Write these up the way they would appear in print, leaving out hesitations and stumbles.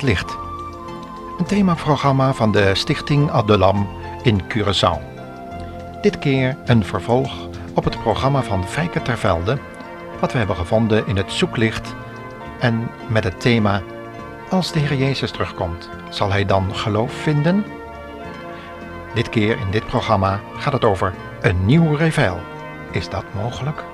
het licht. Een themaprogramma van de Stichting Ad-Delam in Curaçao. Dit keer een vervolg op het programma van Fijke ter Velde, wat we hebben gevonden in het Zoeklicht en met het thema: als de Heer Jezus terugkomt, zal hij dan geloof vinden? Dit keer in dit programma gaat het over een nieuw reveil. Is dat mogelijk?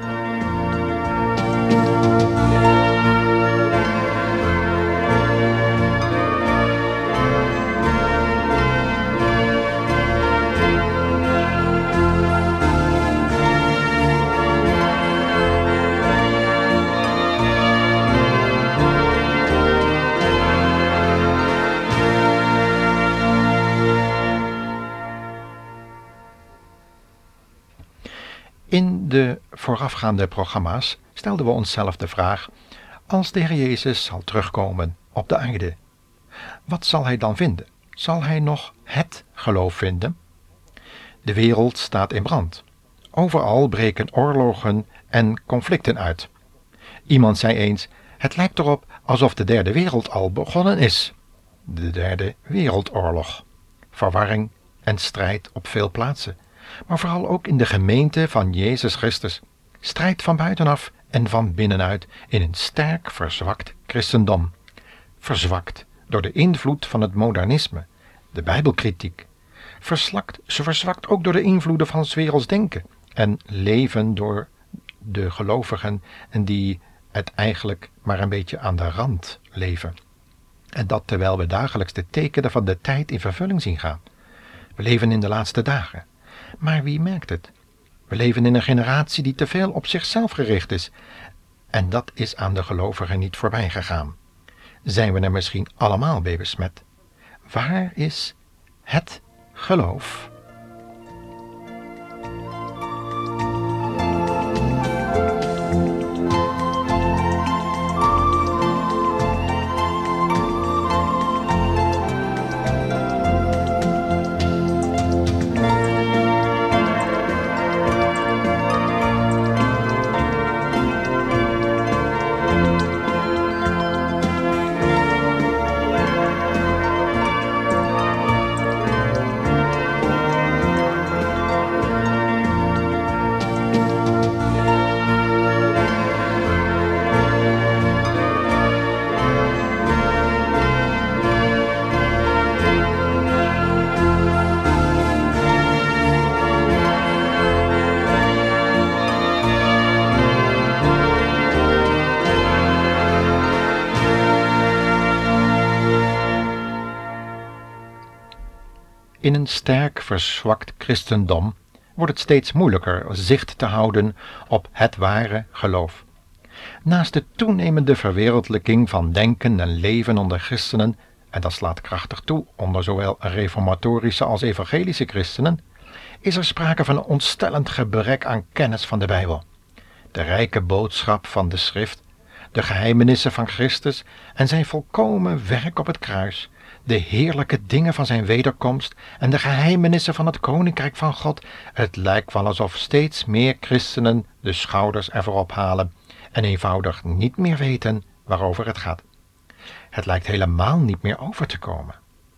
In de voorafgaande programma's stelden we onszelf de vraag: als de Heer Jezus zal terugkomen op de aarde, wat zal hij dan vinden? Zal hij nog het geloof vinden? De wereld staat in brand. Overal breken oorlogen en conflicten uit. Iemand zei eens: het lijkt erop alsof de derde wereld al begonnen is. De derde wereldoorlog. Verwarring en strijd op veel plaatsen. Maar vooral ook in de gemeente van Jezus Christus. Strijd van buitenaf en van binnenuit in een sterk verzwakt christendom. Verzwakt door de invloed van het modernisme, de bijbelkritiek. Verzwakt ook door de invloeden van 's werelds denken en leven door de gelovigen en die het eigenlijk maar een beetje aan de rand leven. En dat terwijl we dagelijks de tekenen van de tijd in vervulling zien gaan. We leven in de laatste dagen. Maar wie merkt het? We leven in een generatie die te veel op zichzelf gericht is. En dat is aan de gelovigen niet voorbij gegaan. Zijn we er misschien allemaal mee besmet? Waar is het geloof? In een sterk verzwakt christendom wordt het steeds moeilijker zicht te houden op het ware geloof. Naast de toenemende verwereldlijking van denken en leven onder christenen, en dat slaat krachtig toe onder zowel reformatorische als evangelische christenen, is er sprake van een ontstellend gebrek aan kennis van de Bijbel. De rijke boodschap van de schrift, de geheimenissen van Christus en zijn volkomen werk op het kruis, de heerlijke dingen van zijn wederkomst en de geheimenissen van het koninkrijk van God. Het lijkt wel alsof steeds meer christenen de schouders ervoor ophalen en eenvoudig niet meer weten waarover het gaat. Het lijkt helemaal niet meer over te komen.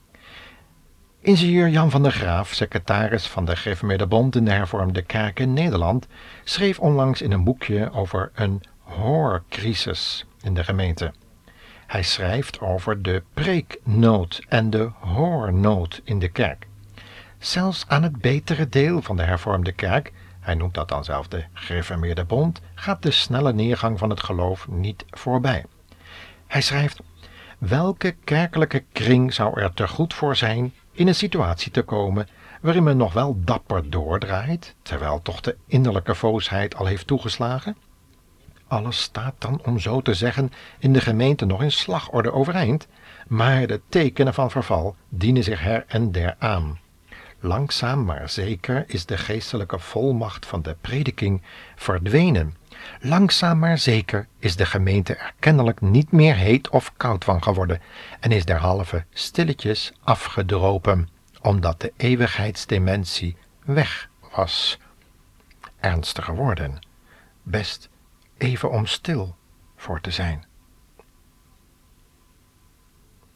Ingenieur Jan van der Graaf, secretaris van de Gereformeerde Bond in de Hervormde Kerk in Nederland, schreef onlangs in een boekje over een hoorcrisis in de gemeente. Hij schrijft over de preeknood en de hoornood in de kerk. Zelfs aan het betere deel van de Hervormde Kerk, hij noemt dat dan zelf de Gereformeerde Bond, gaat de snelle neergang van het geloof niet voorbij. Hij schrijft: welke kerkelijke kring zou er te goed voor zijn in een situatie te komen waarin men nog wel dapper doordraait, terwijl toch de innerlijke voosheid al heeft toegeslagen? Alles staat dan, om zo te zeggen, in de gemeente nog in slagorde overeind, maar de tekenen van verval dienen zich her en der aan. Langzaam maar zeker is de geestelijke volmacht van de prediking verdwenen. Langzaam maar zeker is de gemeente er kennelijk niet meer heet of koud van geworden en is derhalve stilletjes afgedropen, omdat de eeuwigheidsdementie weg was. Ernstiger woorden. Best even om stil voor te zijn.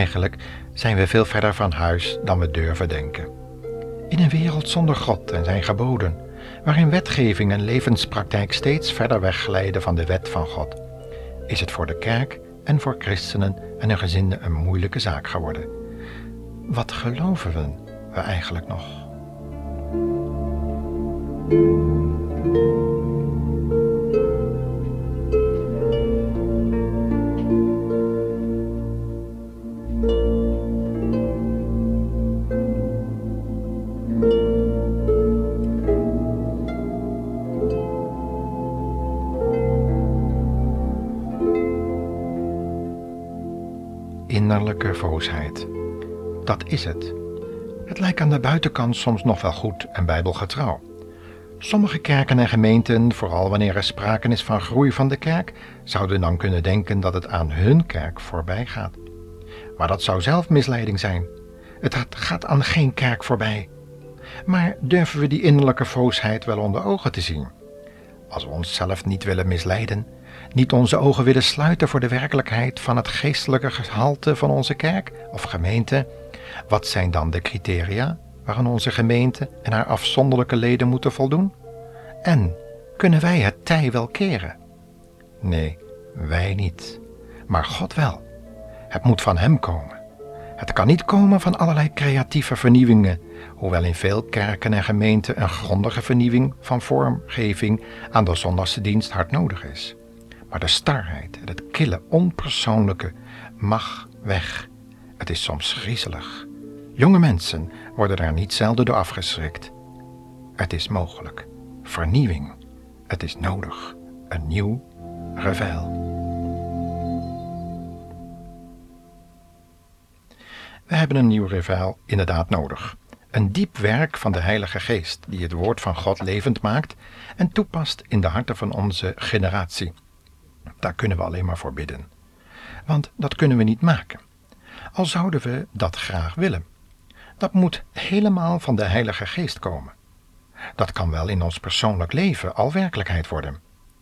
Eigenlijk zijn we veel verder van huis dan we durven denken. In een wereld zonder God en zijn geboden, waarin wetgeving en levenspraktijk steeds verder wegglijden van de wet van God, is het voor de kerk en voor christenen en hun gezinnen een moeilijke zaak geworden. Wat geloven we eigenlijk nog? Innerlijke voosheid. Dat is het. Het lijkt aan de buitenkant soms nog wel goed en bijbelgetrouw. Sommige kerken en gemeenten, vooral wanneer er sprake is van groei van de kerk, zouden dan kunnen denken dat het aan hun kerk voorbij gaat. Maar dat zou zelf misleiding zijn. Het gaat aan geen kerk voorbij. Maar durven we die innerlijke voosheid wel onder ogen te zien? Als we onszelf niet willen misleiden, niet onze ogen willen sluiten voor de werkelijkheid van het geestelijke gehalte van onze kerk of gemeente, wat zijn dan de criteria waaraan onze gemeente en haar afzonderlijke leden moeten voldoen? En kunnen wij het tij wel keren? Nee, wij niet, maar God wel. Het moet van Hem komen. Het kan niet komen van allerlei creatieve vernieuwingen, hoewel in veel kerken en gemeenten een grondige vernieuwing van vormgeving aan de zondagse dienst hard nodig is. Maar de starheid en het kille, onpersoonlijke mag weg. Het is soms griezelig. Jonge mensen worden daar niet zelden door afgeschrikt. Het is mogelijk. Vernieuwing. Het is nodig. Een nieuw reveil. We hebben een nieuw reveil inderdaad nodig. Een diep werk van de Heilige Geest die het woord van God levend maakt en toepast in de harten van onze generatie. Daar kunnen we alleen maar voor bidden. Want dat kunnen we niet maken. Al zouden we dat graag willen. Dat moet helemaal van de Heilige Geest komen. Dat kan wel in ons persoonlijk leven al werkelijkheid worden.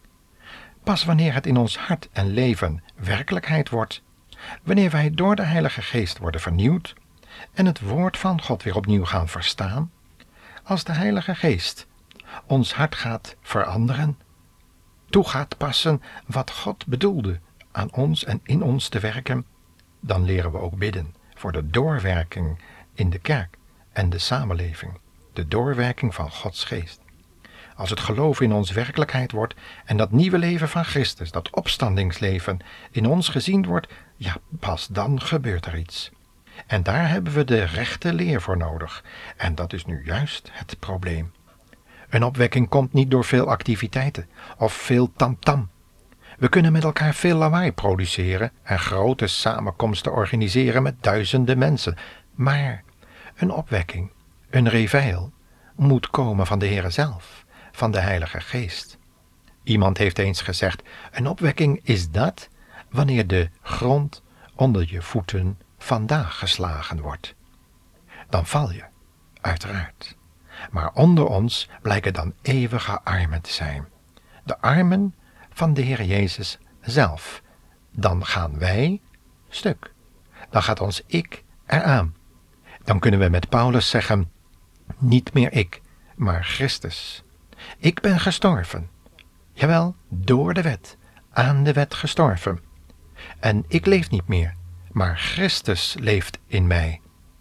Pas wanneer het in ons hart en leven werkelijkheid wordt, wanneer wij door de Heilige Geest worden vernieuwd en het woord van God weer opnieuw gaan verstaan, als de Heilige Geest ons hart gaat veranderen, toe gaat passen wat God bedoelde aan ons en in ons te werken, dan leren we ook bidden voor de doorwerking in de kerk en de samenleving, de doorwerking van Gods Geest. Als het geloven in ons werkelijkheid wordt en dat nieuwe leven van Christus, dat opstandingsleven in ons gezien wordt, ja, pas dan gebeurt er iets. En daar hebben we de rechte leer voor nodig. En dat is nu juist het probleem. Een opwekking komt niet door veel activiteiten of veel tamtam. We kunnen met elkaar veel lawaai produceren en grote samenkomsten organiseren met duizenden mensen. Maar een opwekking, een reveil, moet komen van de Heere zelf, van de Heilige Geest. Iemand heeft eens gezegd, een opwekking is dat wanneer de grond onder je voeten vandaag geslagen wordt. Dan val je, uiteraard. Maar onder ons blijken dan eeuwige armen te zijn. De armen van de Heer Jezus zelf. Dan gaan wij stuk. Dan gaat ons ik eraan. Dan kunnen we met Paulus zeggen, niet meer ik, maar Christus. Ik ben gestorven. Jawel, door de wet, aan de wet gestorven. En ik leef niet meer, maar Christus leeft in mij.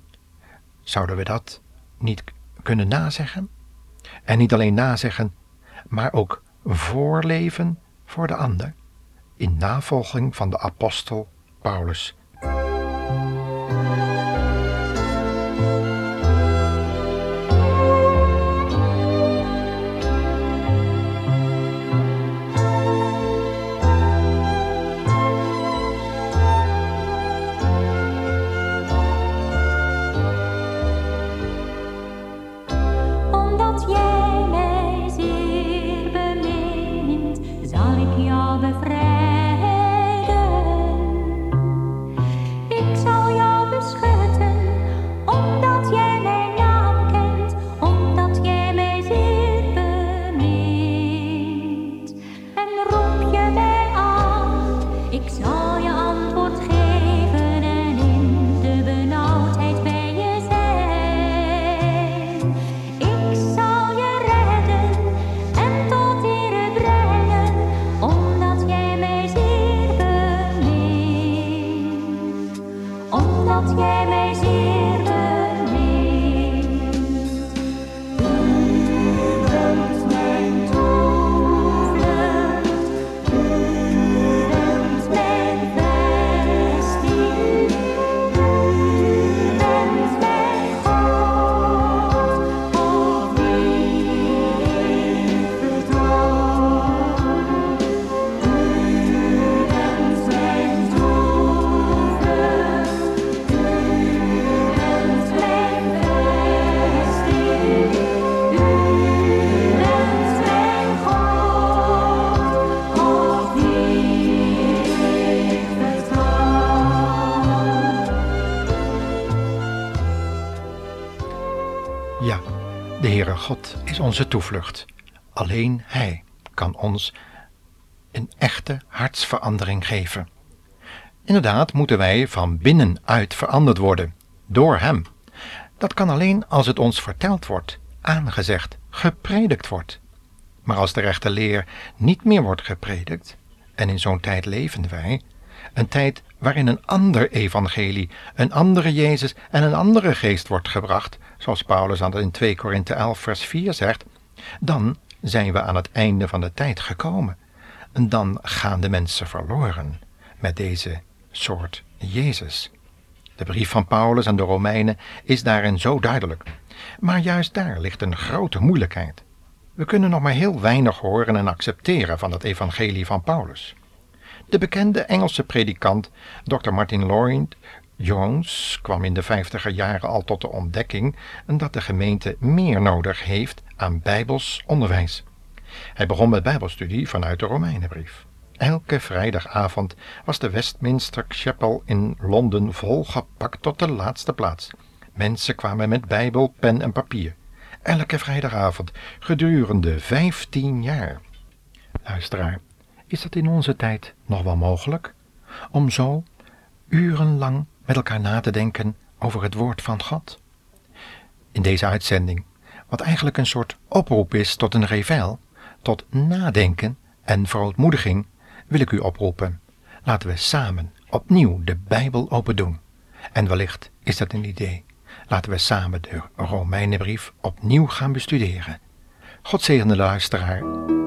Zouden we dat niet kunnen nazeggen? En niet alleen nazeggen, maar ook voorleven voor de ander, in navolging van de apostel Paulus. dat jij mij zeer bemint. U bent mijn toevlucht, u bent mijn vesting, u bent mijn God, op wie ik vertrouw. U bent mijn toevlucht, u bent mijn vesting, u bent mijn God, op wie ik vertrouw. Ja, de Heere God is onze toevlucht. Alleen Hij kan ons een echte hartsverandering geven. Inderdaad moeten wij van binnenuit veranderd worden, door Hem. Dat kan alleen als het ons verteld wordt, aangezegd, gepredikt wordt. Maar als de rechte leer niet meer wordt gepredikt, en in zo'n tijd leven wij, een tijd waarin een ander evangelie, een andere Jezus en een andere geest wordt gebracht, zoals Paulus in 2 Korinthe 11 vers 4 zegt, dan zijn we aan het einde van de tijd gekomen. En dan gaan de mensen verloren met deze soort Jezus. De brief van Paulus aan de Romeinen is daarin zo duidelijk. Maar juist daar ligt een grote moeilijkheid. We kunnen nog maar heel weinig horen en accepteren van het evangelie van Paulus. De bekende Engelse predikant Dr. Martin Lloyd-Jones kwam in de 50er jaren al tot de ontdekking dat de gemeente meer nodig heeft aan bijbels onderwijs. Hij begon met bijbelstudie vanuit de Romeinenbrief. Elke vrijdagavond was de Westminster Chapel in Londen volgepakt tot de laatste plaats. Mensen kwamen met bijbel, pen en papier. Elke vrijdagavond, gedurende 15 jaar. Luisteraar, is dat in onze tijd nog wel mogelijk? Om zo urenlang met elkaar na te denken over het woord van God? In deze uitzending, wat eigenlijk een soort oproep is tot een revel, tot nadenken en verootmoediging, wil ik u oproepen. Laten we samen opnieuw de Bijbel open doen. En wellicht is dat een idee. Laten we samen de Romeinenbrief opnieuw gaan bestuderen. God zegene de luisteraar